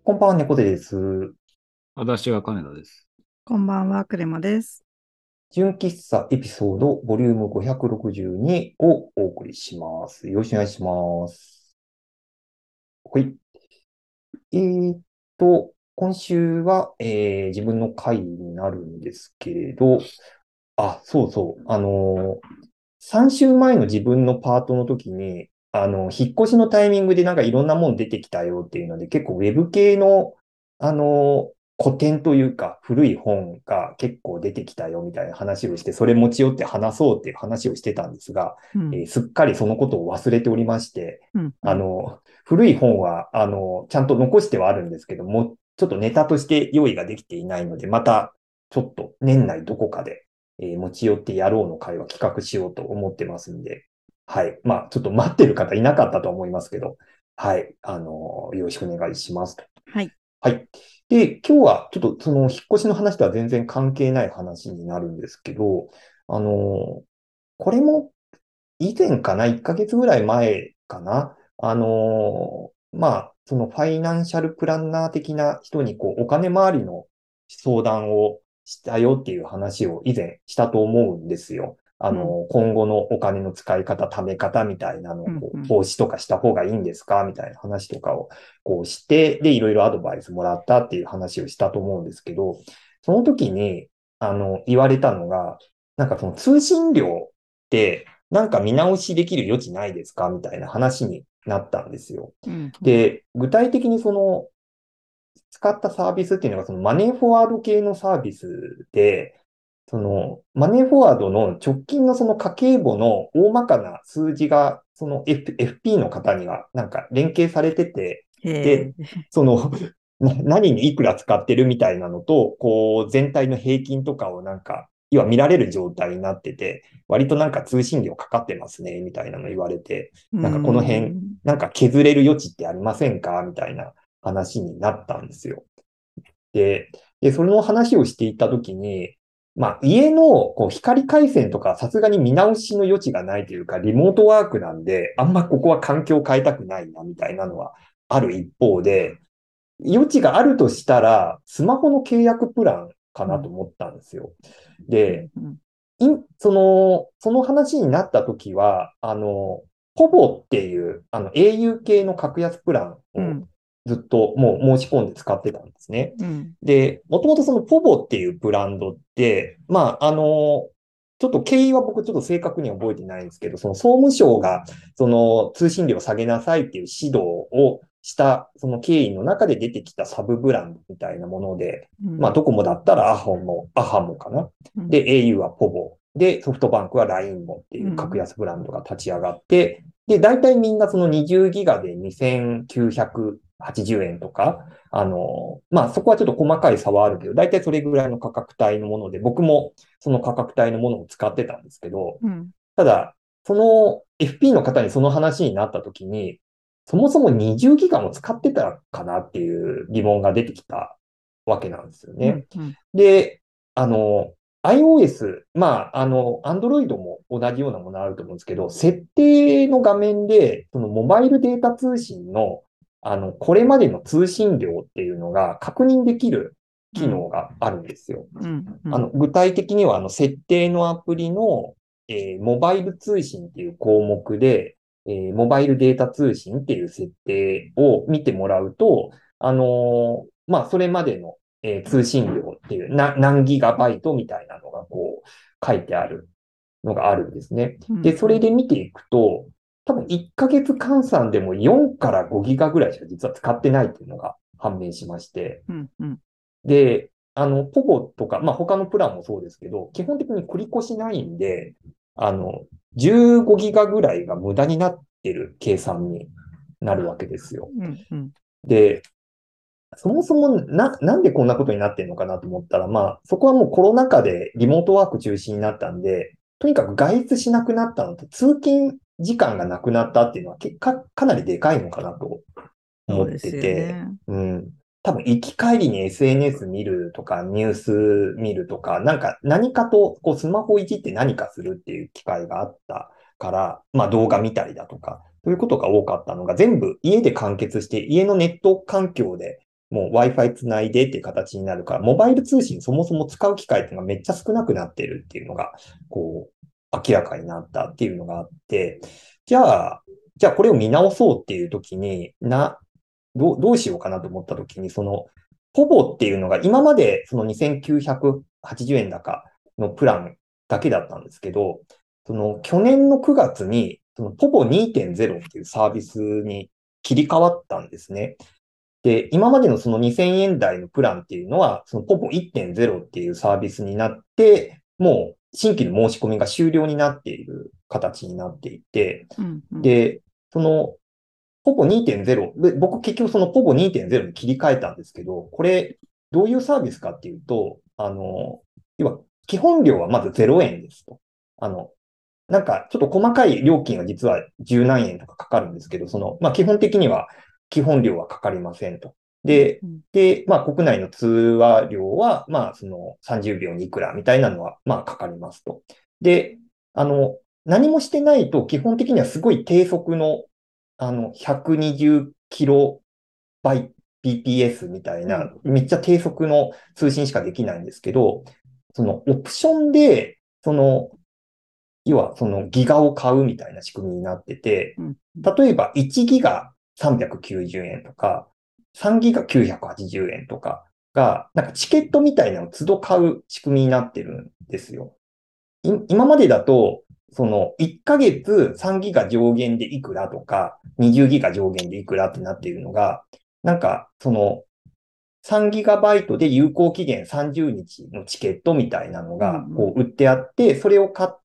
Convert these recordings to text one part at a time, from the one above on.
こんばんは、猫背です。 私が金田です。 こんばんは、クレマです。 純喫茶エピソードボリューム562をお送りします。よろしくお願いします。はい。今週は、自分の回になるんですけれど、そうそう。3週前の自分のパートの時に、引っ越しのタイミングでなんかいろんなもの出てきたよっていうので、結構ウェブ系の、あの、古典というか古い本が結構出てきたよみたいな話をして、それ持ち寄って話そうっていう話をしてたんですが、 うん、 すっかりそのことを忘れておりまして、 うん、うん。 古い本は、ちゃんと残してはあるんですけども、ちょっとネタとして用意ができていないので、また、ちょっと年内どこかで持ち寄ってやろうの会は企画しようと思ってますんで、はい。まあ、ちょっと待ってる方いなかったと思いますけど、はい。よろしくお願いしますと。 はい。 はい。で、今日はちょっとその引っ越しの話とは全然関係ない話になるんですけど、あの、これも以前かな？ 1 ヶ月ぐらい前かな？そのファイナンシャルプランナー的な人にお金回りの相談をしたよっていう話を以前したと思うんですよ。 うん、 今後のお金の使い方、貯め方みたいなのを、 うん、うん。 投資とかした方がいいんですかみたいな話とかを、して、で、いろいろアドバイスもらったっていう話をしたと思うんですけど、その時に、言われたのが、なんかその通信料って、なんか見直しできる余地ないですかみたいな話になったんですよ。 うん、うん。 で、具体的にその使ったサービスっていうのがそのマネーフォワード系のサービスで、そのマネーフォワードの直近のその家計簿の大まかな数字がその FP の方にはなんか連携されてて、で、 へえ。 その何にいくら使ってるみたいなのと、全体の平均とかをなんか、要は見られる状態になってて、割となんか通信料かかってますね、みたいなの言われて、 うーなんかこの辺、 ん。 なんか削れる余地ってありませんかみたいな話になったんですよ。で、その話をしていたときに、まあ、家の光回線とかさすがに見直しの余地がないというか、リモートワークなんで、あんまここは環境を変えたくないな、みたいなのはある一方で、余地があるとしたら、スマホの契約プランかうん、 なと思ったんですよ。で、 うん、うん。 その話になったときは、ポボっていう、au 系の格安プランをうん、 ずっともう申し込んで使ってたんですね。 うん、 で、もともとそのポボっていうブランドって、ちょっと経緯は僕ちょっと正確には覚えてないんですけど、その総務省がその通信料を下げなさいっていう指導をしたその経緯の中で出てきたサブブランドみたいなもので、 うん、 まあドコモだったらアハモかな。 うん、 で、au はポボ。で、ソフトバンクは LINE もっていう格うん、 安ブランドが立ち上がって、で、大体みんなその20ギガで2980円とか、まあそこはちょっと細かい差はあるけど、大体それぐらいの価格帯のもので、僕もその価格帯のものを使ってたんですけど、 うん。 ただ、その FP の方にその話になった時に、そもそも20ギガも使ってたかなっていう疑問が出てきたわけなんですよね。 うん、うん。 で、iOS、Android も同じようなものあると思うんですけど、設定の画面で、そのモバイルデータ通信の、これまでの通信量っていうのが確認できる機能があるんですよ。 うん、うん。 具体的には、設定のアプリの、モバイル通信っていう項目で、モバイルデータ通信っていう設定を見てもらうと、それまでの、通信量っていう何ギガバイトみたいなのが書いてあるのがあるんですね。で、 うん、 それで見ていくと、多分1ヶ月換算でも4から5ギガぐらいしか実は使ってないっていうのが判明しまして、 うん、うん。 で、ポコとか、まあ、他のプランもそうですけど、基本的に繰り越しないんで、あの、15ギガぐらいが無駄になってる計算になるわけですよ。 うん、うん。 で、そもそもなんでこんなことになってるのかなと思ったら、まあ、そこはもうコロナ禍でリモートワーク中心になったんで、とにかく外出しなくなったのと、通勤時間がなくなったっていうのはかなりでかいのかなと思ってそうですよて、 ね。 うん。多分行き帰りに SNS 見るとか、ニュース見るとか、なんか何かとスマホいじって何かするっていう機会があったから、まあ動画見たりだとか、そういうことが多かったのが全部家で完結して、家のネット環境でもう Wi-Fi つないでっていう形になるから、モバイル通信そもそも使う機会っていうのがめっちゃ少なくなってるっていうのが、こう、明らかになったっていうのがあって、じゃあ、これを見直そうっていう時に、どうしようかなと思った時に、ポボっていうのが今までその2980円高のプランだけだったんですけど、去年の9月に、ポボ2.0っていうサービスに切り替わったんですね。で、今までのその2000円台のプランっていうのは、そのポポ1.0っていうサービスになって、もう新規の申し込みが終了になっている形になっていて、で、そのポポ2.0、で僕結局そのポポ2.0に切り替えたんですけど、これどういうサービスかっていうと、要は基本料はまず0円ですと。なんかちょっと細かい料金は実は十何円とかかかるんですけど、まあ基本的には基本料はかかりませんと。で、まあ国内の通話料は、まあその30秒にいくらみたいなのは、まあかかりますと。で、何もしてないと基本的にはすごい低速の、120キロバイ BPS みたいな、めっちゃ低速の通信しかできないんですけど、そのオプションで、要はそのギガを買うみたいな仕組みになってて、例えば1ギガ390円とか、3ギガ980円とかが、なんかチケットみたいなのを都度買う仕組みになってるんですよ。今までだと、1ヶ月3ギガ上限でいくらとか、20ギガ上限でいくらってなっているのが、なんか、3ギガバイトで有効期限30日のチケットみたいなのが、こう売ってあって、それを買って、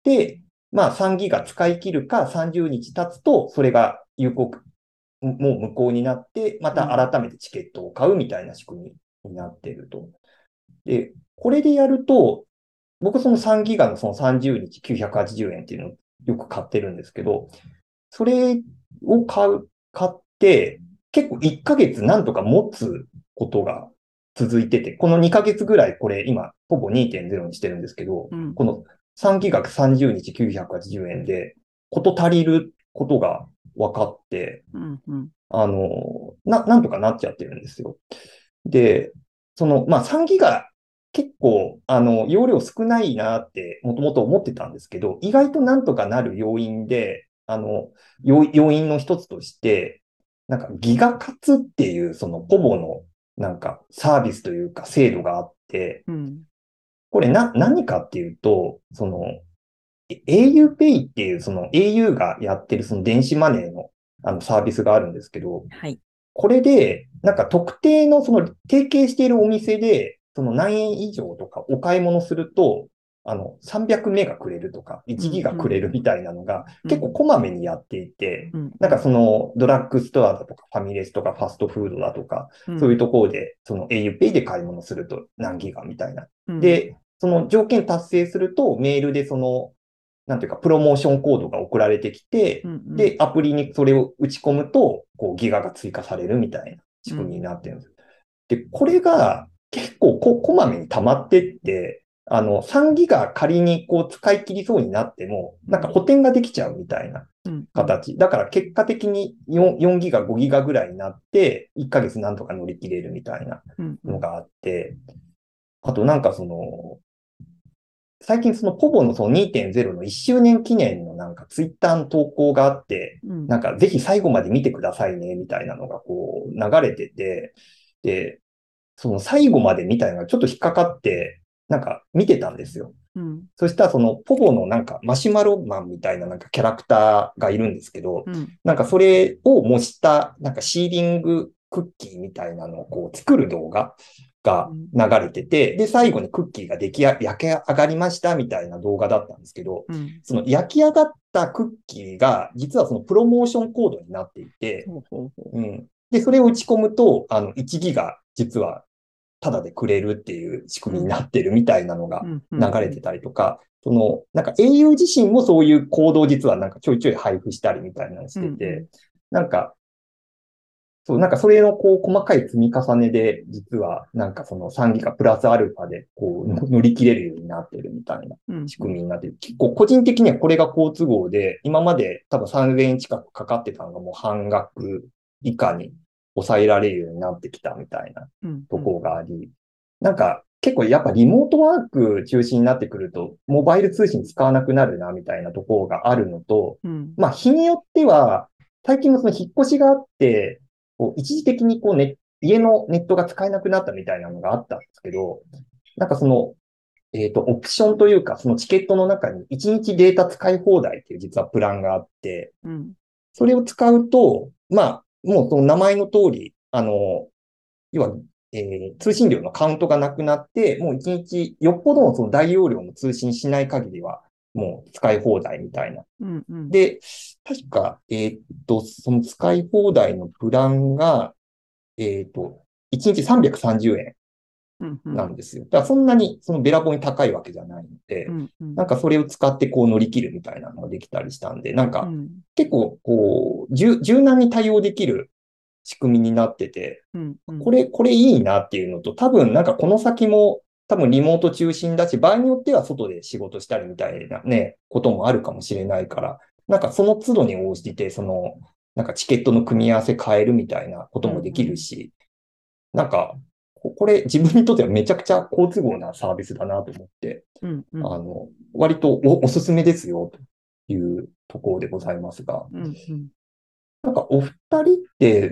まあ3ギガ使い切るか30日経つと、それが有効、もう無効になって、また改めてチケットを買うみたいな仕組みになっていると。で、これでやると、僕その3ギガのその30日980円っていうのをよく買ってるんですけど、それを買って、結構1ヶ月なんとか持つことが続いてて、この2ヶ月ぐらいこれ今、ほぼ2.0にしてるんですけど、この3ギガ30日980円で、こと足りることが分かって、なんとかなっちゃってるんですよ。で、まあ、3ギガ結構、容量少ないなって、もともと思ってたんですけど、意外となんとかなる要因で、要因の一つとして、なんかギガ活っていう、そのポボのなんかサービスというか制度があって、これ何かっていうと、auPay っていう、au がやってるその電子マネーのサービスがあるんですけど、これで、なんか特定の提携しているお店で、何円以上とかお買い物すると、300メガくれるとか、1ギガくれるみたいなのが、結構こまめにやっていて、なんかドラッグストアだとか、ファミレスとか、ファストフードだとか、そういうところで、auPay で買い物すると何ギガみたいな。で、その条件達成すると、メールでなんていうか、プロモーションコードが送られてきて、で、アプリにそれを打ち込むと、こう、ギガが追加されるみたいな仕組みになってるんです。で、これが結構こまめに溜まってって、3ギガ仮にこう使い切りそうになっても、なんか補填ができちゃうみたいな形。だから結果的に4ギガ、5ギガぐらいになって、1ヶ月なんとか乗り切れるみたいなのがあって、あとなんか最近そのポボのその2.0の1周年記念のなんかツイッターの投稿があって、なんかぜひ最後まで見てくださいねみたいなのがこう流れてて、で、その最後までみたいなのがちょっと引っかかって、なんか見てたんですよ。そしたらそのポボのなんかマシュマロマンみたいななんかキャラクターがいるんですけど、なんかそれを模したなんかシーリングクッキーみたいなのをこう作る動画が流れてて、で、最後にクッキーが焼き上がりましたみたいな動画だったんですけど、その焼き上がったクッキーが、実はそのプロモーションコードになっていて、で、それを打ち込むと、1ギガ、実は、タダでくれるっていう仕組みになってるみたいなのが流れてたりとか、なんか au 自身もそういうコードを実はなんかちょいちょい配布したりみたいなのしてて、なんか、そう、なんかそれのこう細かい積み重ねで、実はなんかその3ギガプラスアルファでこう乗り切れるようになってるみたいな仕組みになってる。結構個人的にはこれが好都合で、今まで多分3000円近くかかってたのがもう半額以下に抑えられるようになってきたみたいなうんところがあり、なんか結構やっぱリモートワーク中心になってくると、モバイル通信使わなくなるなみたいなところがあるのと、 うん。 まあ日によっては、最近のその引っ越しがあって、こう一時的にこうね、家のネットが使えなくなったみたいなのがあったんですけど、なんかその、オプションというか、そのチケットの中に1日データ使い放題っていう実はプランがあって、 うん。 それを使うと、まあ、もうその名前の通り、要は、通信量のカウントがなくなって、もう1日、よっぽどのその大容量の通信しない限りは、もう使い放題みたいな。 うん。うん。 で、確か、その使い放題のプランが、1日330円うん。うん。 なんですよ。だからそんなにそのべらぼうに高いわけじゃないので、 うん。うん。 なんかそれを使ってこう乗り切るみたいなのができたりしたんで、なんかうん。 結構こう、柔軟に対応できる仕組みになってて、 うん。うん。 これいいなっていうのと、多分なんかこの先も多分リモート中心だし、場合によっては外で仕事したりみたいなね、こともあるかもしれないから、なんかその都度に応じて、その、なんかチケットの組み合わせ変えるみたいなこともできるし、なんか、これ自分にとってはめちゃくちゃ好都合なサービスだなと思って、 うん。うん。 割とおすすめですよというところでございますが、 うん。うん。 なんかお二人って、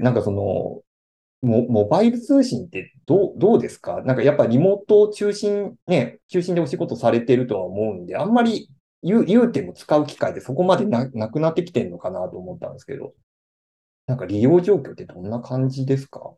なんかその、モバイル通信ってどうですか？なんかやっぱリモート中心でお仕事されてるとは思うんで、あんまり言うても使う機会ってそこまでなくなってきてるのかなと思ったんですけど、なんか利用状況ってどんな感じですか？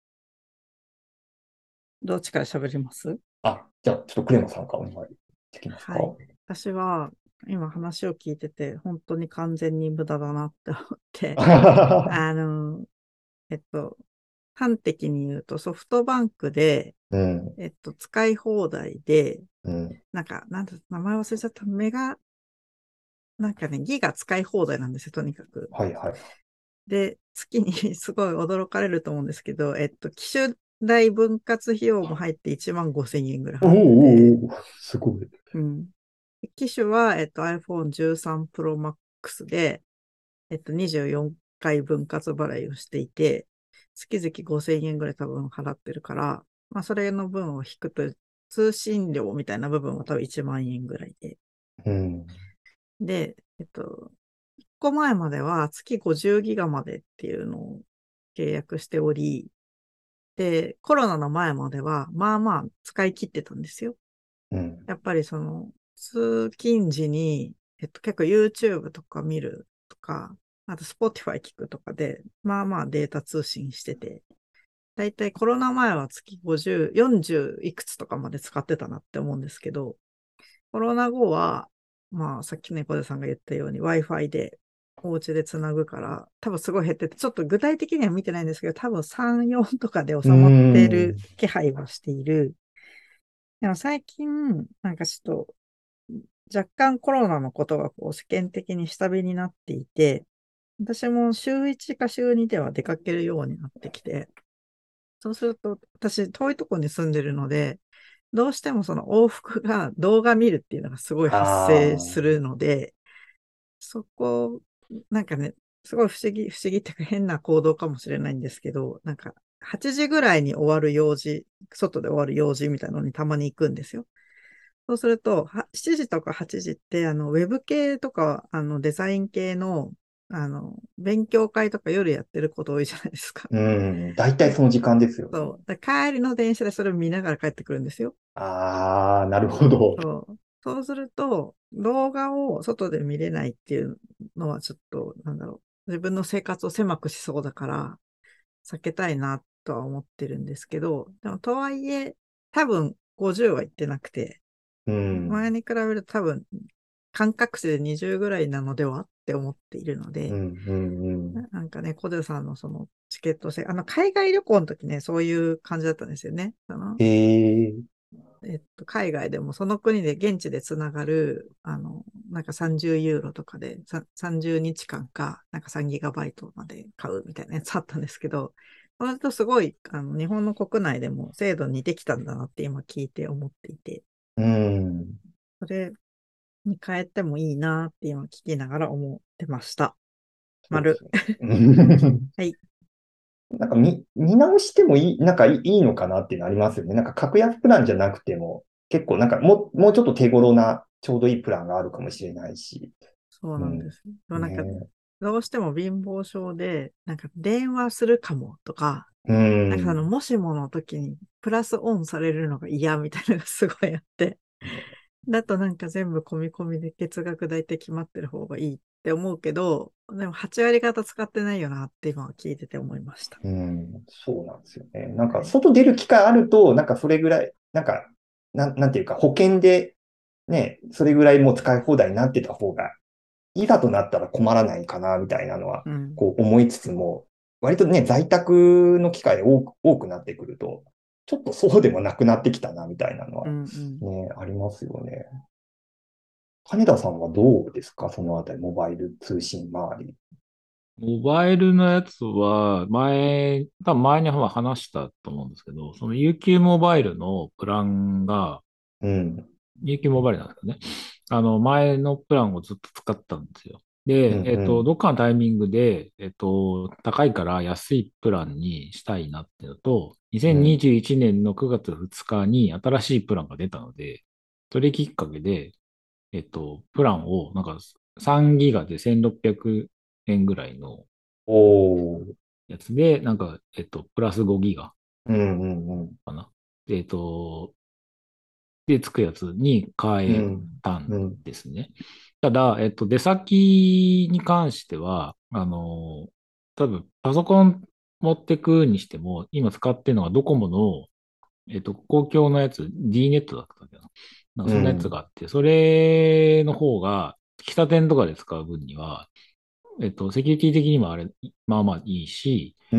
どっちから喋ります？ あ、じゃあちょっとクレマさんからお願いできますか？ はい。私は、今話を聞いてて、本当に完全に無駄だなって思って、あの、えっと、端的に言うとソフトバンクで、 うん、 使い放題で、 うん。 なんか、なんだ、名前忘れちゃった、なんかね、ギガ使い放題なんですよ、とにかく。 はいはい。 で、月にすごい驚かれると思うんですけど、機種代分割費用も入って1万5千円ぐらいおー払ってて、 おーおー、すごい。 うん。機種は、iPhone 13 Pro Max で、24回分割払いをしていて、月々5000円ぐらい多分払ってるから、まあ、それの分を引くと、通信料みたいな部分は多分1万円ぐらいで。 うん、 で、1個前までは月50ギガまでっていうのを契約しており、で、コロナの前までは、まあまあ使い切ってたんですよ。 うん、 やっぱりその、通勤時に、結構 YouTube とか見るとか、あと Spotify 聞くとかで、まあまあデータ通信してて、だいたいコロナ前は月50、40いくつとかまで使ってたなって思うんですけど、コロナ後は、まあさっき猫背さんが言ったように Wi-Fi でお家でつなぐから、多分すごい減ってて、ちょっと具体的には見てないんですけど、多分3、4とかでう収まってるん、 気配をしている。でも最近、なんかちょっと若干コロナのことがこう世間的に下火になっていて、私も週1か週2では出かけるようになってきて、そうすると私遠いところに住んでるので、どうしてもその往復が動画見るっていうのがすごい発生すあるので、そこ、なんかね、すごい不思議っていうか変な行動かもしれないんですけど、なんか8時ぐらいに終わる用事、外で終わる用事みたいなのにたまに行くんですよ。そうすると、7時とか8時って、ウェブ系とか、デザイン系の、勉強会とか夜やってること多いじゃないですか。 うん、大体その時間ですよね。 そう。帰りの電車でそれを見ながら帰ってくるんですよ。 ああ、なるほど。 そう。そうすると、動画を外で見れないっていうのはちょっと、なんだろう。自分の生活を狭くしそうだから、避けたいなとは思ってるんですけど、でもとはいえ、多分50は行ってなくて、 うん、 前に比べると多分、感覚値で20ぐらいなのではって思っているので、 うん、うん、うん。 なんかね、小出さんのそのチケット制、海外旅行の時ね、そういう感じだったんですよね。 ええ、 海外でもその国で現地でつながる、なんか30ユーロとかで30日間か、なんか3ギガバイトまで買うみたいなやつあったんですけど、それとすごい、日本の国内でも制度にできたんだなって今聞いて思っていて、 うん。 それに変えてもいいなって今聞きながら思ってました。丸。 そうですね。 はい。 なんか見直してもなんかいいのかなっていうのありますよね。なんか格安プランじゃなくても、結構なんかもうちょっと手頃なちょうどいいプランがあるかもしれないし。 そううん。 なんですよ。でもなんか、 ねどうしても貧乏症で、なんか電話するかもとか、 え。うなんかん。 もしもの時にプラスオンされるのが嫌みたいなのがすごいあって、だとなんか全部込み込みで月額大体決まってる方がいいって思うけど、でも8割方使ってないよなって今聞いてて思いました。 うん、そうなんですよね。なんか、 はい。 外出る機会あると、なんかそれぐらい、なんか、なんていうか、保険で、ね、それぐらいもう使い放題になってた方が、いざとなったら困らないかな、みたいなのは、 うん。 こう思いつつも、割とね、在宅の機会多くなってくると、ちょっとそうでもなくなってきたな、みたいなのは、 うんうん。 ね、ありますよね。金田さんはどうですかそのあたり、モバイル通信周り。 モバイルのやつは、多分前に話したと思うんですけど、その UQ モバイルのプランが、 うん、 UQ モバイルなんですけどね。前のプランをずっと使ったんですよ。 うん、 で、 うん、 どっかのタイミングで、高いから安いプランにしたいなっていうのと、 うん、 2021年の9月2日に新しいプランが出たので、それきっかけで、プランを、なんか3ギガで1600円ぐらいのおー、 やつで、なんか、プラス5ギガうん、うん、うん、 かな。で、で、つくやつに変えうん、 たんうん、 ですね。ただ、出先に関しては、多分、パソコン持ってくにしても、今使ってるのがドコモの、公共のやつ、D ネットだったっけな。なんかそんなやつうん、 があって、それの方が、喫茶店とかで使う分には、セキュリティ的にもあれ、まあまあいいし、 うん、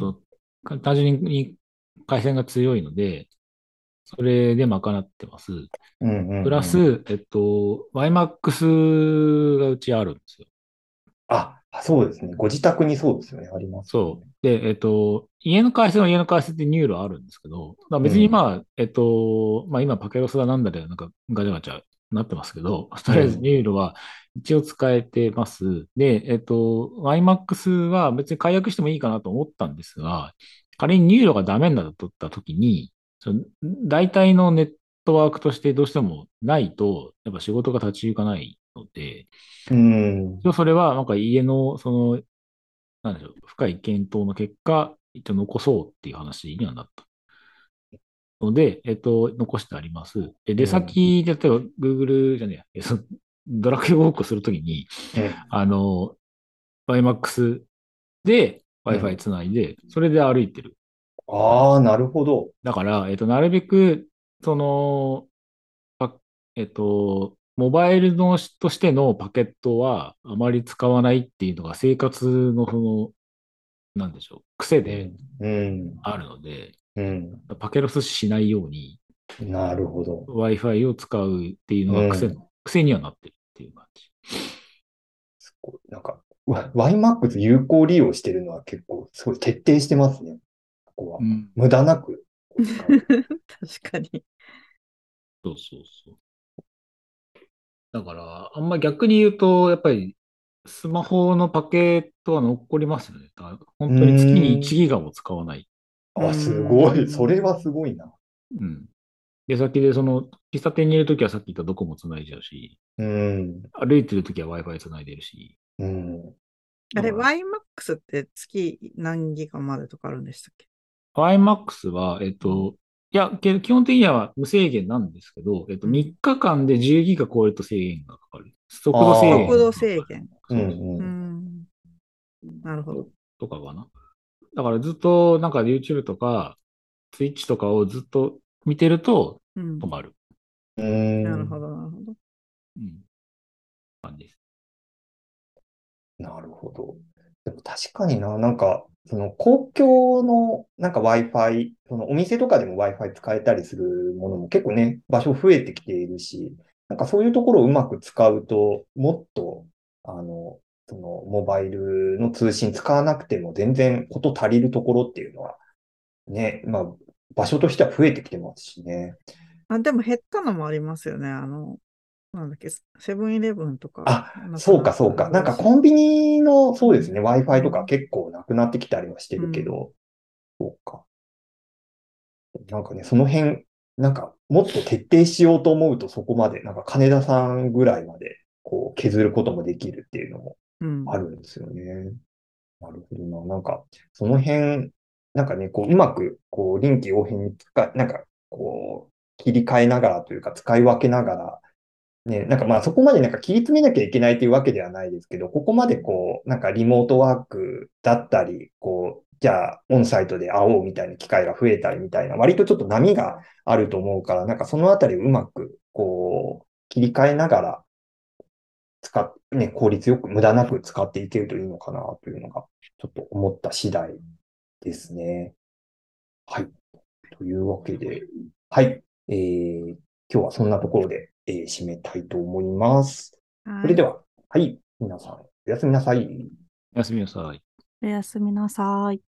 あと、単純に回線が強いので、それで賄ってます。 うん、うん、うん。 プラス、YMAX がうちあるんですよ。 あ、そうですね。ご自宅にそうですよね。ありますよね。 そう。で、家の回線は家の回線でニューロあるんですけど、まあ別にうん、 まあ、まあ今パケロスだなんだでなんかガチャガチャなってますけど、とりあえずニうん、 ューロは一応使えてます。で、YMAX は別に解約してもいいかなと思ったんですが、仮にニューロがダメになった時に、代替のネットワークとしてどうしてもないと、やっぱ仕事が立ち行かないので、 うん、 一応それはなんか家のなんでしょう、深い検討の結果、一応残そうっていう話にはなったので、残してあります。で、出うん、 先で、例えば Google じゃねえや、ドラクエウォークをするときに、 うん。 あの、YMAX でう Wi-Fi んつないで、それで歩いてる感ああ、 じ。 なるほど。 だから、なるべく、モバイルのとしてのパケットはあまり使わないっていうのが生活のなんでしょう、癖でうん、うん、 あるので、 うん。 パケロスしないようになるほど。 Wi-Fi を使うっていうのうがん。 癖にはなってるっていう感じ。 すごい。なんか、YMAX 有効利用してるのは結構、すごい徹底してますね。ここは。 うん。 無駄なく使う。 確かに。 そうそうそう。だから、あんま逆に言うと、やっぱりスマホのパケットは残りますよね。だからう本当に月に1 ーん。 ギガも使わない。 うーあ、すごい。それはすん。 ごいな。 うん。で、先で喫茶店にいるときはさっき言ったドコモつないじゃうし、 うん。 歩いてるときは Wi-Fi つないでるし、 うん。 あれ、 だから、 YMAX って月何ギガまでとかあるんでしたっけ？ YMAX は、 うん。 いや、基本的には無制限なんですけど、3 うん。 日間で10ギガ超えると制限がかかる。速度制限速度ああ。 がかかる。 制限。 うんそうそう。 うーうん。 ん。なるほど。 とかかな。だからずっとなんか YouTube とか Twitch とかをずっと見てるとうん。 止まる。 うーん。 なるほど、なるほど。 うん。感じです。 なるほど。でも確かにな、なんか、その公共のなんか Wi-Fi、そのお店とかでも Wi-Fi 使えたりするものも結構ね、場所増えてきているし、なんかそういうところをうまく使うと、もっと、そのモバイルの通信使わなくても全然こと足りるところっていうのはね、まあ場所としては増えてきてますしね。 あ、でも減ったのもありますよね。 なんだっけ、セブンイレブンとかあ、 なくそうなったかそうか。なんらしい。 かコンビニの、そうですね、Wi-Fi とかうん。 結構なくなってきたりはしてうん。 るけど、そうか。なんかね、その辺、なんかもっと徹底しようと思うとそこまで、なんか金田さんぐらいまでこう削ることもできるっていうのもうん。 あるんですよね。なるほどな。なんか、その辺、なんかね、こう、うまく、こう、臨機応変になんか、こう、切り替えながらというか、使い分けながら、ね、なんかまあそこまでなんか切り詰めなきゃいけないというわけではないですけど、ここまでこう、なんかリモートワークだったり、こう、じゃあオンサイトで会おうみたいな機会が増えたりみたいな、割とちょっと波があると思うから、なんかそのあたりをうまく、こう、切り替えながらね、効率よく無駄なく使っていけるといいのかなというのが、ちょっと思った次第ですね。はい。というわけで、はい。今日はそんなところで、締めたいと思います。そはい。 れでは、はい。皆さん、おやすみなさい。 おやすみなさい。 おやすみなさい。